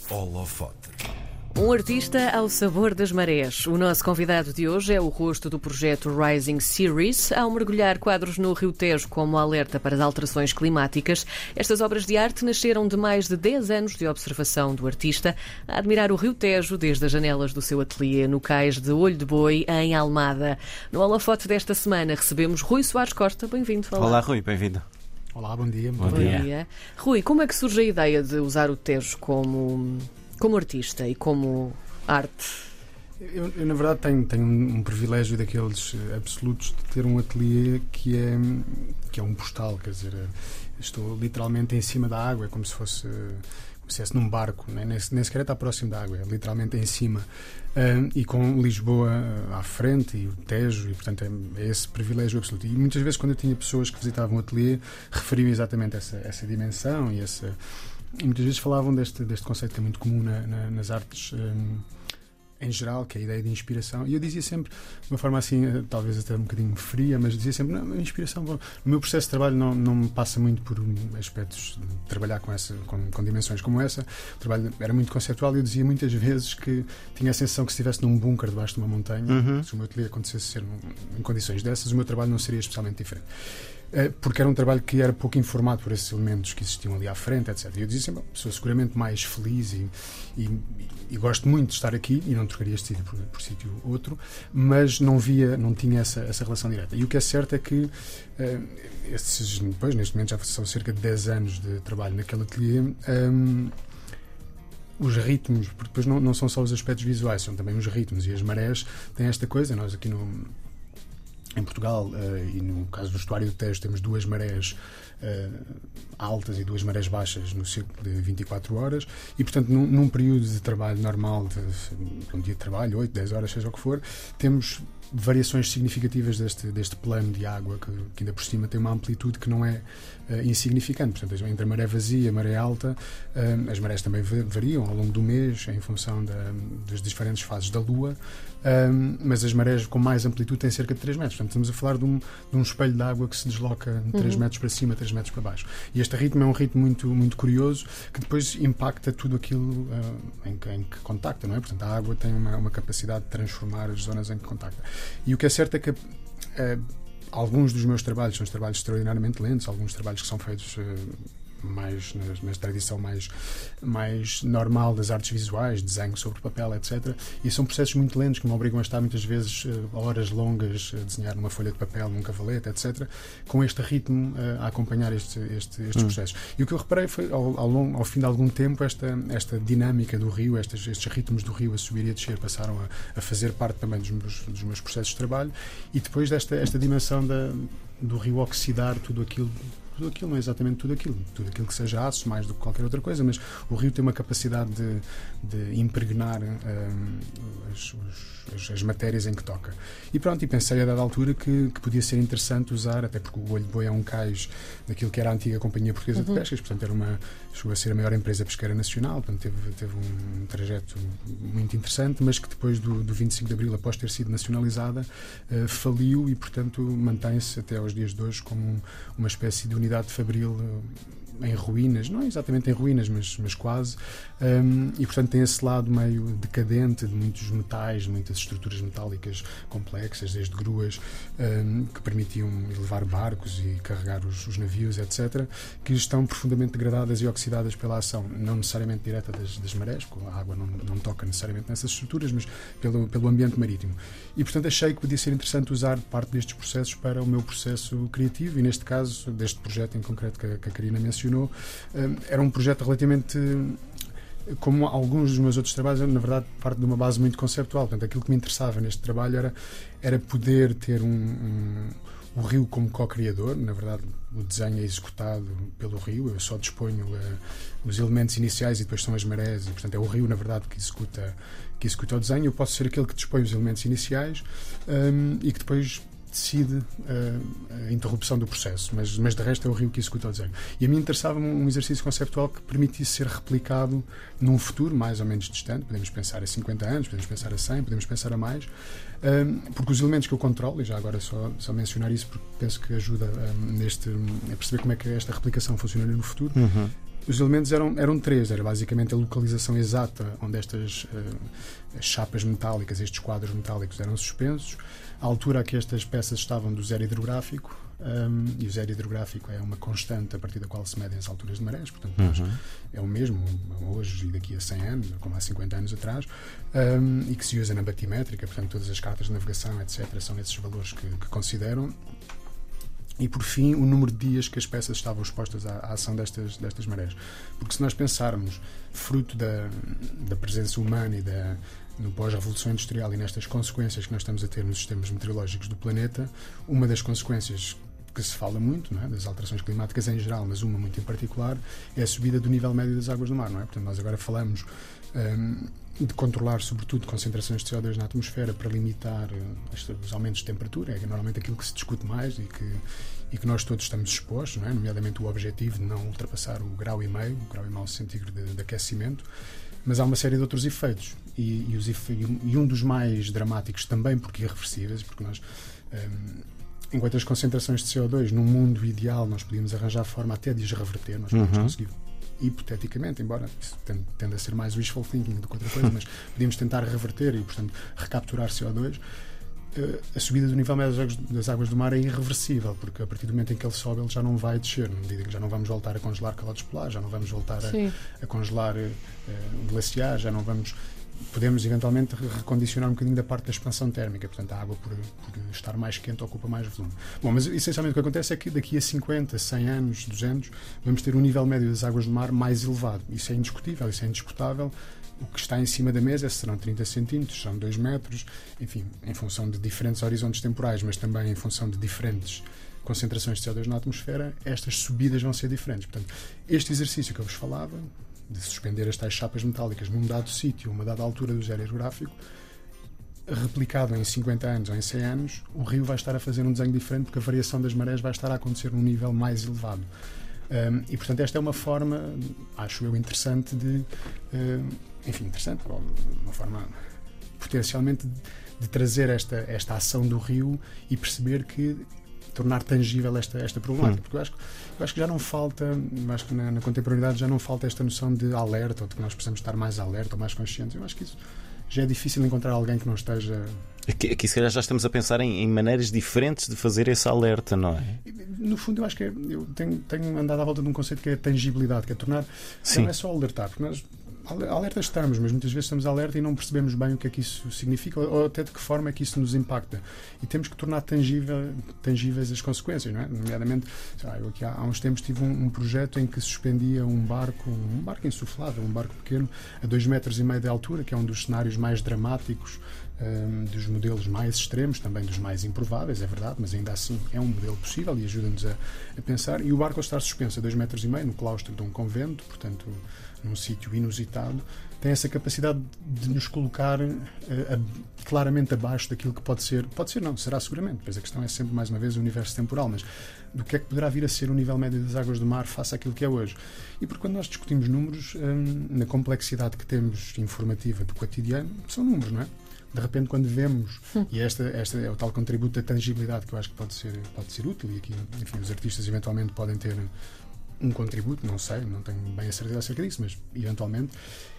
Holofote. Um artista ao sabor das marés. O nosso convidado de hoje é o rosto do projeto Rising Series. Ao mergulhar quadros no Rio Tejo como alerta para as alterações climáticas, estas obras de arte nasceram de mais de 10 anos de observação do artista a admirar o Rio Tejo desde as janelas do seu ateliê no cais de Olho de Boi, em Almada. No holofote desta semana recebemos Rui Soares Costa. Bem-vindo. Olá, Rui, bem-vindo. Olá, bom dia. Bom dia. Rui, como é que surge a ideia de usar o Tejo como artista e como arte? Eu na verdade, tenho um privilégio daqueles absolutos de ter um ateliê que é um postal, quer dizer, estou literalmente em cima da água, é como se estivesse num barco, nem sequer está próximo da água, é literalmente em cima. E com Lisboa à frente e o Tejo, e portanto é esse privilégio absoluto. E muitas vezes, quando eu tinha pessoas que visitavam o ateliê, referiam exatamente essa dimensão e muitas vezes falavam deste conceito que é muito comum nas artes em geral, que é a ideia de inspiração. E eu dizia sempre, de uma forma assim, talvez até um bocadinho fria, mas dizia sempre, não, a inspiração, no meu processo de trabalho não me passa muito por aspectos de trabalhar com dimensões como essa. O trabalho era muito conceptual e eu dizia muitas vezes que tinha a sensação que se estivesse num bunker debaixo de uma montanha, se o meu ateliê acontecesse ser em condições dessas, o meu trabalho não seria especialmente diferente. Porque era um trabalho que era pouco informado por esses elementos que existiam ali à frente, etc. E eu dizia sempre, sou seguramente mais feliz e gosto muito de estar aqui e não trocaria este sítio por sítio outro, mas não tinha essa relação direta. E o que é certo é que depois, neste momento já são cerca de 10 anos de trabalho naquele ateliê. Os ritmos, porque depois não são só os aspectos visuais, são também os ritmos, e as marés têm esta coisa. Nós aqui em Portugal, e no caso do estuário do Tejo, temos duas marés altas e duas marés baixas no ciclo de 24 horas e, portanto, num período de trabalho normal, de um dia de trabalho, 8, 10 horas, seja o que for, temos variações significativas deste plano de água que ainda por cima tem uma amplitude que não é insignificante. Portanto, entre a maré vazia e a maré alta, as marés também variam ao longo do mês em função das diferentes fases da Lua, mas as marés com mais amplitude têm cerca de 3 metros. Portanto, estamos a falar de um espelho de água que se desloca 3 metros para cima, 3 metros para baixo. E este ritmo é um ritmo muito, muito curioso que depois impacta tudo aquilo em que contacta, não é? Portanto, a água tem uma capacidade de transformar as zonas em que contacta. E o que é certo é que alguns dos meus trabalhos são trabalhos extraordinariamente lentos, alguns trabalhos que são feitos mais na tradição mais normal das artes visuais, desenho sobre papel, etc. E são processos muito lentos que me obrigam a estar muitas vezes horas longas a desenhar numa folha de papel, num cavalete, etc. Com este ritmo a acompanhar estes processos. E o que eu reparei foi, ao fim de algum tempo, esta dinâmica do rio, estes ritmos do rio a subir e a descer passaram a fazer parte também dos meus processos de trabalho, e depois esta dimensão do rio oxidar tudo aquilo, não é exatamente tudo aquilo que seja aço, mais do que qualquer outra coisa, mas o rio tem uma capacidade de impregnar as matérias em que toca. E pronto, e pensei a dada altura que podia ser interessante usar, até porque o Olho de Boi é um cais daquilo que era a antiga Companhia Portuguesa de Pescas, portanto chegou a ser a maior empresa pesqueira nacional, portanto teve um trajeto muito interessante, mas que depois do 25 de Abril, após ter sido nacionalizada, faliu e, portanto, mantém-se até aos dias de hoje como uma espécie de unidade fabril em ruínas, não exatamente em ruínas, mas quase, e portanto tem esse lado meio decadente de muitos metais, muitas estruturas metálicas complexas, desde gruas que permitiam levar barcos e carregar os navios, etc., que estão profundamente degradadas e oxidadas pela ação, não necessariamente direta das marés, porque a água não toca necessariamente nessas estruturas, mas pelo ambiente marítimo. E portanto achei que podia ser interessante usar parte destes processos para o meu processo criativo, e neste caso, deste projeto em concreto que a Karina mencionou, era um projeto relativamente, como alguns dos meus outros trabalhos, na verdade parte de uma base muito conceptual. Portanto, aquilo que me interessava neste trabalho era poder ter o rio como co-criador. Na verdade, o desenho é executado pelo rio, eu só disponho os elementos iniciais e depois são as marés, e portanto é o rio, na verdade, que executa o desenho. Eu posso ser aquele que dispõe os elementos iniciais e que depois decide a interrupção do processo, mas de resto é o rio que executa o desenho. E a mim interessava um exercício conceptual que permitisse ser replicado num futuro mais ou menos distante. Podemos pensar a 50 anos, podemos pensar a 100, podemos pensar a mais, porque os elementos que eu controlo, e já agora só mencionar isso porque penso que ajuda a perceber como é que esta replicação funcionaria no futuro, Os elementos eram 3, era basicamente a localização exata onde estas chapas metálicas, estes quadros metálicos eram suspensos, a altura a que estas peças estavam do zero hidrográfico, e o zero hidrográfico é uma constante a partir da qual se medem as alturas de marés, portanto é o mesmo hoje e daqui a 100 anos, como há 50 anos atrás, e que se usa na batimétrica, portanto todas as cartas de navegação, etc., são esses valores que consideram. E, por fim, o número de dias que as peças estavam expostas à ação destas marés. Porque se nós pensarmos, fruto da presença humana e no pós-revolução industrial e nestas consequências que nós estamos a ter nos sistemas meteorológicos do planeta, uma das consequências que se fala muito, não é, das alterações climáticas em geral, mas uma muito em particular, é a subida do nível médio das águas do mar, não é? Portanto, nós agora falamos de controlar, sobretudo, concentrações de CO2 na atmosfera para limitar os aumentos de temperatura, é normalmente aquilo que se discute mais e que nós todos estamos expostos, não é? Nomeadamente o objetivo de não ultrapassar o grau e meio centígrado de aquecimento, mas há uma série de outros efeitos e um dos mais dramáticos também porque irreversíveis, porque nós enquanto as concentrações de CO2 num mundo ideal nós podíamos arranjar forma até de as reverter, nós podíamos conseguir hipoteticamente, embora isso tenda a ser mais wishful thinking do que outra coisa, mas podíamos tentar reverter e, portanto, recapturar CO2. A subida do nível médio das águas do mar é irreversível, porque a partir do momento em que ele sobe, ele já não vai descer, na medida que já não vamos voltar a congelar calotes polares, já não vamos voltar a congelar glaciares, já não vamos... Podemos eventualmente recondicionar um bocadinho da parte da expansão térmica, portanto a água por estar mais quente ocupa mais volume. Bom, mas essencialmente o que acontece é que daqui a 50, 100 anos, 200 vamos ter um nível médio das águas do mar mais elevado. Isso é indiscutível, isso é indisputável. O que está em cima da mesa serão 30 centímetros, são 2 metros, enfim, em função de diferentes horizontes temporais, mas também em função de diferentes concentrações de CO2 na atmosfera, estas subidas vão ser diferentes. Portanto, este exercício que eu vos falava, de suspender as tais chapas metálicas num dado sítio, uma dada altura do zero hidrográfico, replicado em 50 anos ou em 100 anos, o rio vai estar a fazer um desenho diferente porque a variação das marés vai estar a acontecer num nível mais elevado. E, portanto, esta é uma forma, acho eu, interessante uma forma potencialmente de trazer esta ação do rio e perceber que tornar tangível esta problemática, porque eu acho que já não falta, acho que na contemporaneidade já não falta esta noção de alerta, ou de que nós precisamos estar mais alerta ou mais conscientes. Eu acho que isso já é difícil encontrar alguém que não esteja... Aqui se calhar já estamos a pensar em maneiras diferentes de fazer esse alerta, não é? No fundo eu acho que eu tenho andado à volta de um conceito que é a tangibilidade, que é tornar... Não é só alertar, porque nós alerta estamos, mas muitas vezes estamos alerta e não percebemos bem o que é que isso significa ou até de que forma é que isso nos impacta. E temos que tornar tangíveis as consequências, não é? Nomeadamente, eu aqui há uns tempos tive um projeto em que suspendia um barco insuflável, um barco pequeno, a 2,5 metros de altura, que é um dos cenários mais dramáticos, dos modelos mais extremos, também dos mais improváveis, é verdade, mas ainda assim é um modelo possível e ajuda-nos a pensar. E o barco, ao estar suspenso a 2,5 metros, no claustro de um convento, portanto num sítio inusitado, tem essa capacidade de nos colocar claramente abaixo daquilo que pode ser não, será seguramente, pois a questão é sempre, mais uma vez, o universo temporal, mas do que é que poderá vir a ser o nível médio das águas do mar face àquilo que é hoje. E porque quando nós discutimos números, na complexidade que temos informativa do cotidiano, são números, não é? De repente, quando vemos, e esta é o tal contributo da tangibilidade que eu acho que pode ser útil, e aqui, enfim, os artistas eventualmente podem ter um contributo, não sei, não tenho bem a certeza acerca disso, mas eventualmente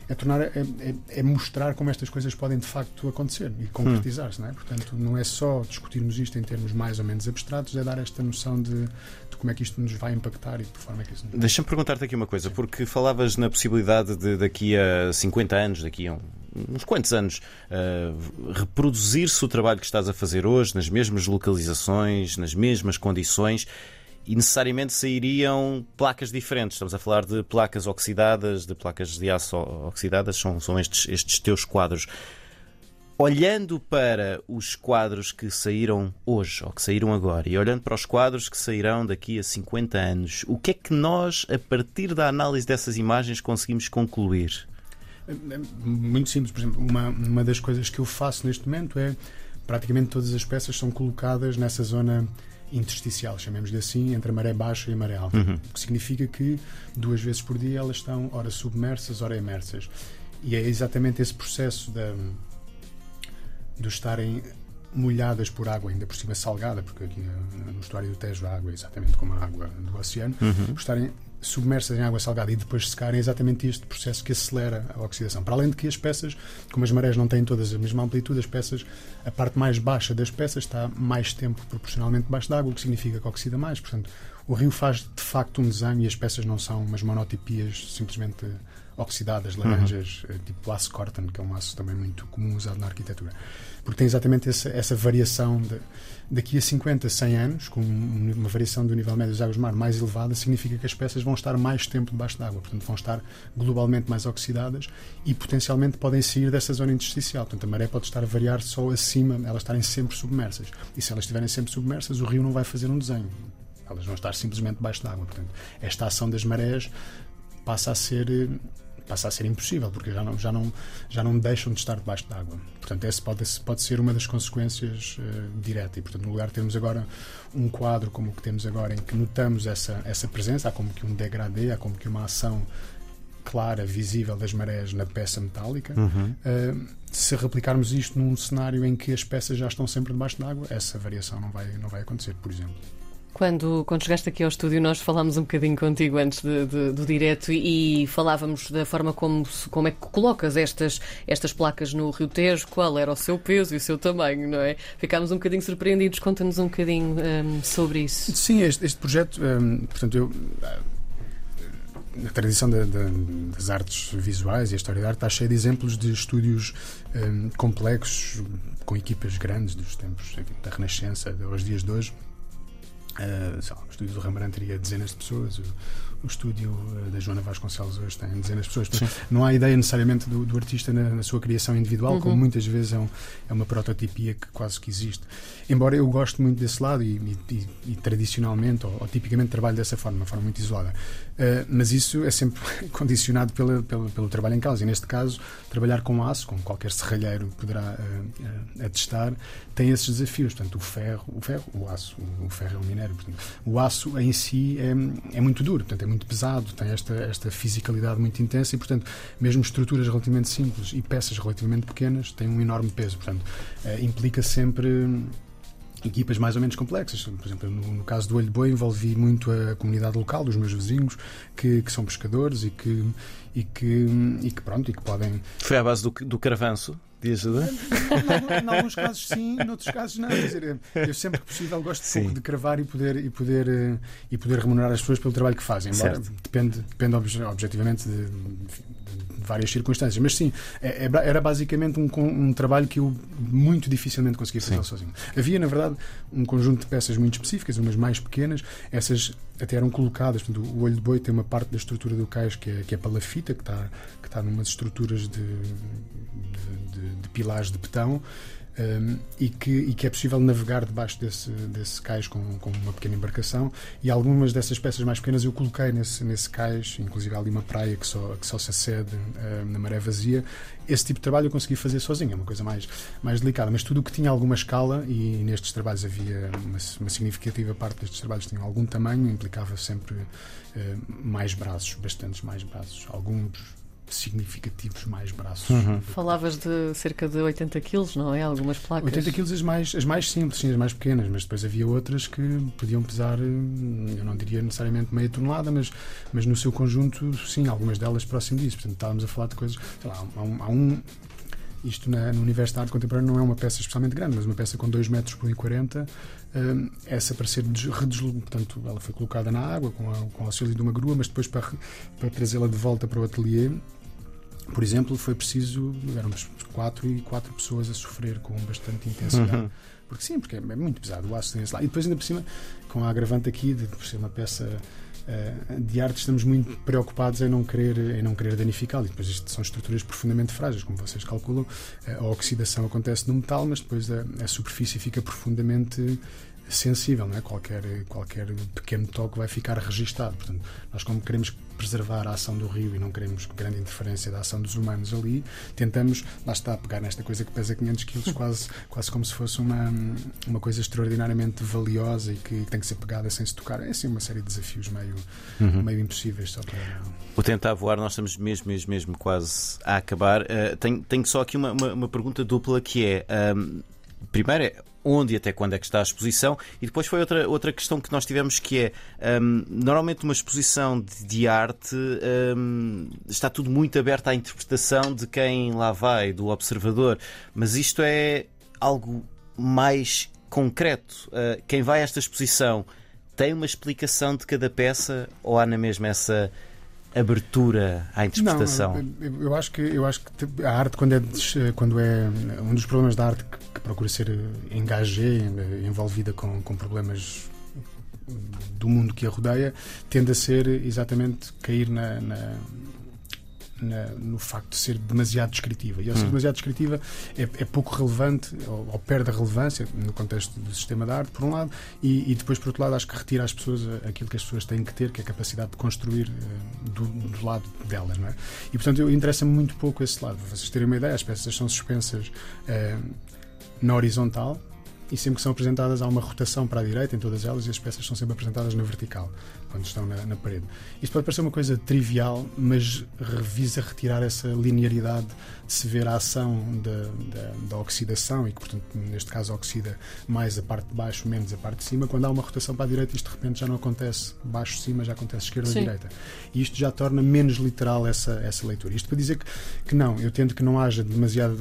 é mostrar como estas coisas podem de facto acontecer e concretizar-se, não é? Portanto, não é só discutirmos isto em termos mais ou menos abstratos, é dar esta noção de como é que isto nos vai impactar e de que forma é que isso nos... Deixa-me perguntar-te aqui uma coisa, porque falavas na possibilidade de daqui a 50 anos, daqui a uns quantos anos, reproduzir-se o trabalho que estás a fazer hoje, nas mesmas localizações, nas mesmas condições, e necessariamente sairiam placas diferentes. Estamos a falar de placas oxidadas, de placas de aço oxidadas, são estes teus quadros. Olhando para os quadros que saíram hoje, ou que saíram agora, e olhando para os quadros que sairão daqui a 50 anos, o que é que nós, a partir da análise dessas imagens, conseguimos concluir? Muito simples. Por exemplo, uma das coisas que eu faço neste momento é, praticamente todas as peças são colocadas nessa zona intersticial, chamemos-lhe assim, entre a maré baixa e a maré alta. O que significa que 2 vezes por dia elas estão ora submersas, ora imersas. E é exatamente esse processo de estarem molhadas por água, ainda por cima salgada, porque aqui no estuário do Tejo a água é exatamente como a água do oceano, estarem submersas em água salgada e depois secarem, é exatamente este processo que acelera a oxidação. Para além de que as peças, como as marés não têm todas a mesma amplitude, as peças, a parte mais baixa das peças está mais tempo proporcionalmente debaixo d'água, o que significa que oxida mais. Portanto, o rio faz de facto um desenho e as peças não são umas monotipias simplesmente oxidadas, laranjas, tipo aço Corten, que é um aço também muito comum usado na arquitetura. Porque tem exatamente essa variação daqui a 50, 100 anos, com uma variação do nível médio das águas do mar mais elevada, significa que as peças vão estar mais tempo debaixo d'água, portanto vão estar globalmente mais oxidadas e potencialmente podem sair dessa zona intersticial. Portanto, a maré pode estar a variar só acima, elas estarem sempre submersas. E se elas estiverem sempre submersas, o rio não vai fazer um desenho. Elas vão estar simplesmente debaixo d'água. Portanto, esta ação das marés passa a ser impossível, porque já não deixam de estar debaixo d'água. Portanto, essa pode ser uma das consequências diretas. E, portanto, no lugar de termos agora um quadro como o que temos agora, em que notamos essa presença, há como que um degradê, há como que uma ação clara, visível das marés na peça metálica. Se replicarmos isto num cenário em que as peças já estão sempre debaixo d'água, essa variação não vai acontecer, por exemplo. Quando chegaste aqui ao estúdio, nós falámos um bocadinho contigo antes do direto e falávamos da forma como é que colocas estas placas no Rio Tejo, qual era o seu peso e o seu tamanho, não é? Ficámos um bocadinho surpreendidos. Conta-nos um bocadinho sobre isso. Sim, este projeto, portanto, a tradição das artes visuais e a história da arte está cheia de exemplos de estúdios complexos, com equipas grandes dos tempos da Renascença aos dias de hoje. O estúdio do Rembrandt teria dezenas de pessoas, o estúdio da Joana Vasconcelos hoje tem dezenas de pessoas. Portanto, não há ideia necessariamente do artista na sua criação individual, como muitas vezes é uma prototipia que quase que existe. Embora eu goste muito desse lado e tradicionalmente ou tipicamente trabalho dessa forma, de uma forma muito isolada. Mas isso é sempre condicionado pelo trabalho em causa. E neste caso, trabalhar com aço, como qualquer serralheiro poderá atestar, tem esses desafios. Portanto, o ferro, o aço, o ferro é o minério. Portanto, o aço em si é muito duro, portanto, é muito pesado, tem esta fisicalidade muito intensa e, portanto, mesmo estruturas relativamente simples e peças relativamente pequenas têm um enorme peso. Portanto, implica sempre equipas mais ou menos complexas. Por exemplo, no caso do Olho de Boi, envolvi muito a comunidade local, dos meus vizinhos, que são pescadores e que podem... Foi à base do caravanço de ajuda? Em alguns casos sim, noutros casos não. Quer dizer, eu sempre que possível gosto de pouco de cravar e poder remunerar as pessoas pelo trabalho que fazem. Embora depende objetivamente de várias circunstâncias. Mas sim, era basicamente um trabalho que eu muito dificilmente conseguia fazer sozinho. Havia, na verdade, um conjunto de peças muito específicas, umas mais pequenas. Essas até eram colocadas. Portanto, o Olho de Boi tem uma parte da estrutura do cais que é palafita, que está numas estruturas de pilares de betão, e que é possível navegar debaixo desse cais com uma pequena embarcação, e algumas dessas peças mais pequenas eu coloquei nesse cais, inclusive há ali uma praia que só se acede na maré vazia. Esse tipo de trabalho eu consegui fazer sozinho, é uma coisa mais delicada, mas tudo o que tinha alguma escala, e nestes trabalhos havia uma significativa parte destes trabalhos tinham algum tamanho, implicava sempre mais braços, bastantes mais braços, alguns significativos mais braços. Falavas de cerca de 80 quilos, não é? Algumas placas. 80 quilos as mais simples, sim, as mais pequenas, mas depois havia outras que podiam pesar, eu não diria necessariamente meia tonelada, mas no seu conjunto, sim, algumas delas próximo disso. Portanto, estávamos a falar de coisas, sei lá, isto no universo da arte contemporânea não é uma peça especialmente grande, mas uma peça com 2 metros por 1,40, essa para ser portanto, ela foi colocada na água com o auxílio de uma grua, mas depois para trazê-la de volta para o ateliê, por exemplo, foi preciso, éramos 4 pessoas a sofrer com bastante intensidade. Porque é muito pesado, o aço tem esse lado. E depois, ainda por cima, com a agravante aqui, por ser uma peça de arte, estamos muito preocupados em não querer danificá-lo. E depois isto são estruturas profundamente frágeis, como vocês calculam. A oxidação acontece no metal, mas depois a superfície fica profundamente sensível, não é? Qualquer pequeno toque vai ficar registado. Portanto, nós, como queremos preservar a ação do rio e não queremos grande interferência da ação dos humanos ali, tentamos, lá está, pegar nesta coisa que pesa 500 kg, quase como se fosse uma coisa extraordinariamente valiosa e que tem que ser pegada sem se tocar. É assim uma série de desafios meio impossíveis. Só para... O Tentar Voar, nós estamos mesmo quase a acabar. Tenho só aqui uma pergunta dupla, que é... primeiro é onde e até quando é que está a exposição, e depois foi outra questão que nós tivemos, que é normalmente uma exposição de arte está tudo muito aberto à interpretação de quem lá vai, do observador, mas isto é algo mais concreto. Quem vai a esta exposição tem uma explicação de cada peça, ou há na mesma essa abertura à interpretação? Não, eu acho que a arte, quando é um dos problemas da arte que procura ser engagé, envolvida com problemas do mundo que a rodeia, tende a ser exatamente cair no facto de ser demasiado descritiva. E ao ser demasiado descritiva é pouco relevante, ou perde a relevância no contexto do sistema da arte, por um lado, e depois, por outro lado, acho que retira às pessoas aquilo que as pessoas têm que ter, que é a capacidade de construir do lado delas, não é? E, portanto, interessa-me muito pouco esse lado. Para vocês terem uma ideia, as peças são suspensas na horizontal, e sempre que são apresentadas há uma rotação para a direita em todas elas, e as peças são sempre apresentadas na vertical, quando estão na parede. Isto pode parecer uma coisa trivial, mas visa retirar essa linearidade de se ver a ação da oxidação, e que, portanto, neste caso oxida mais a parte de baixo, menos a parte de cima. Quando há uma rotação para a direita, isto de repente já não acontece baixo-cima, já acontece esquerda-direita. E isto já torna menos literal essa leitura. Isto para dizer que não, eu tento que não haja demasiado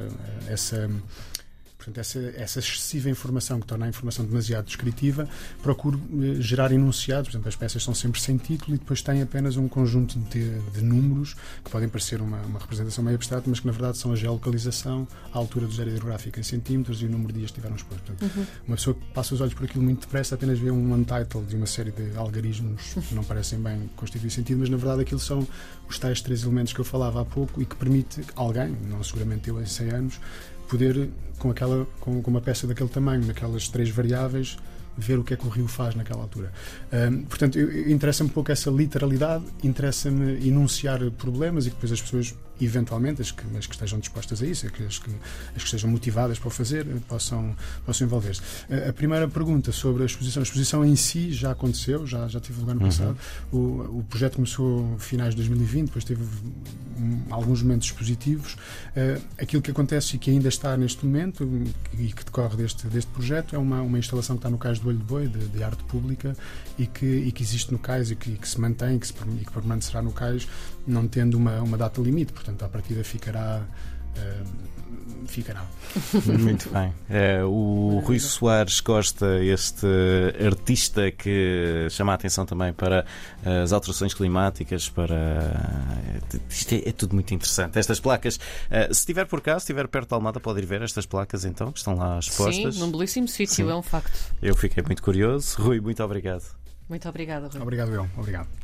Portanto, essa excessiva informação, que torna a informação demasiado descritiva, procuro gerar enunciados. Por exemplo, as peças são sempre sem título e depois têm apenas um conjunto de números que podem parecer uma representação meio abstrata, mas que na verdade são a geolocalização, a altura do zero hidrográfico em centímetros e o número de dias que estiveram expostos. Portanto, uma pessoa que passa os olhos por aquilo muito depressa apenas vê um untitled de uma série de algarismos que não parecem bem constituir sentido, mas na verdade aquilo são os tais 3 elementos que eu falava há pouco e que permite alguém, não seguramente eu em 100 anos, poder, com uma peça daquele tamanho, naquelas 3 variáveis, ver o que é que o rio faz naquela altura. Portanto, interessa-me um pouco essa literalidade, interessa-me enunciar problemas e que depois as pessoas, eventualmente, as que estejam dispostas a isso, as que estejam motivadas para o fazer, possam envolver-se. A primeira pergunta sobre a exposição em si já aconteceu, já teve lugar no passado. O projeto começou finais de 2020, depois teve alguns momentos expositivos. Aquilo que acontece e que ainda está neste momento e que decorre deste projeto é uma instalação que está no Cais do Olho de Boi, de arte pública, e que existe no Cais e que se mantém e que permanecerá no Cais, não tendo uma data limite. Portanto, à partida ficará. Muito bem. O Rui Soares Costa, este artista que chama a atenção também para as alterações climáticas, isto é tudo muito interessante. Estas placas, se estiver por cá, se estiver perto de Almada, pode ir ver estas placas então, que estão lá expostas. Sim, num belíssimo sítio, é um facto. Eu fiquei muito curioso. Rui, muito obrigado. Muito obrigada, Rui. Obrigado, eu. Obrigado.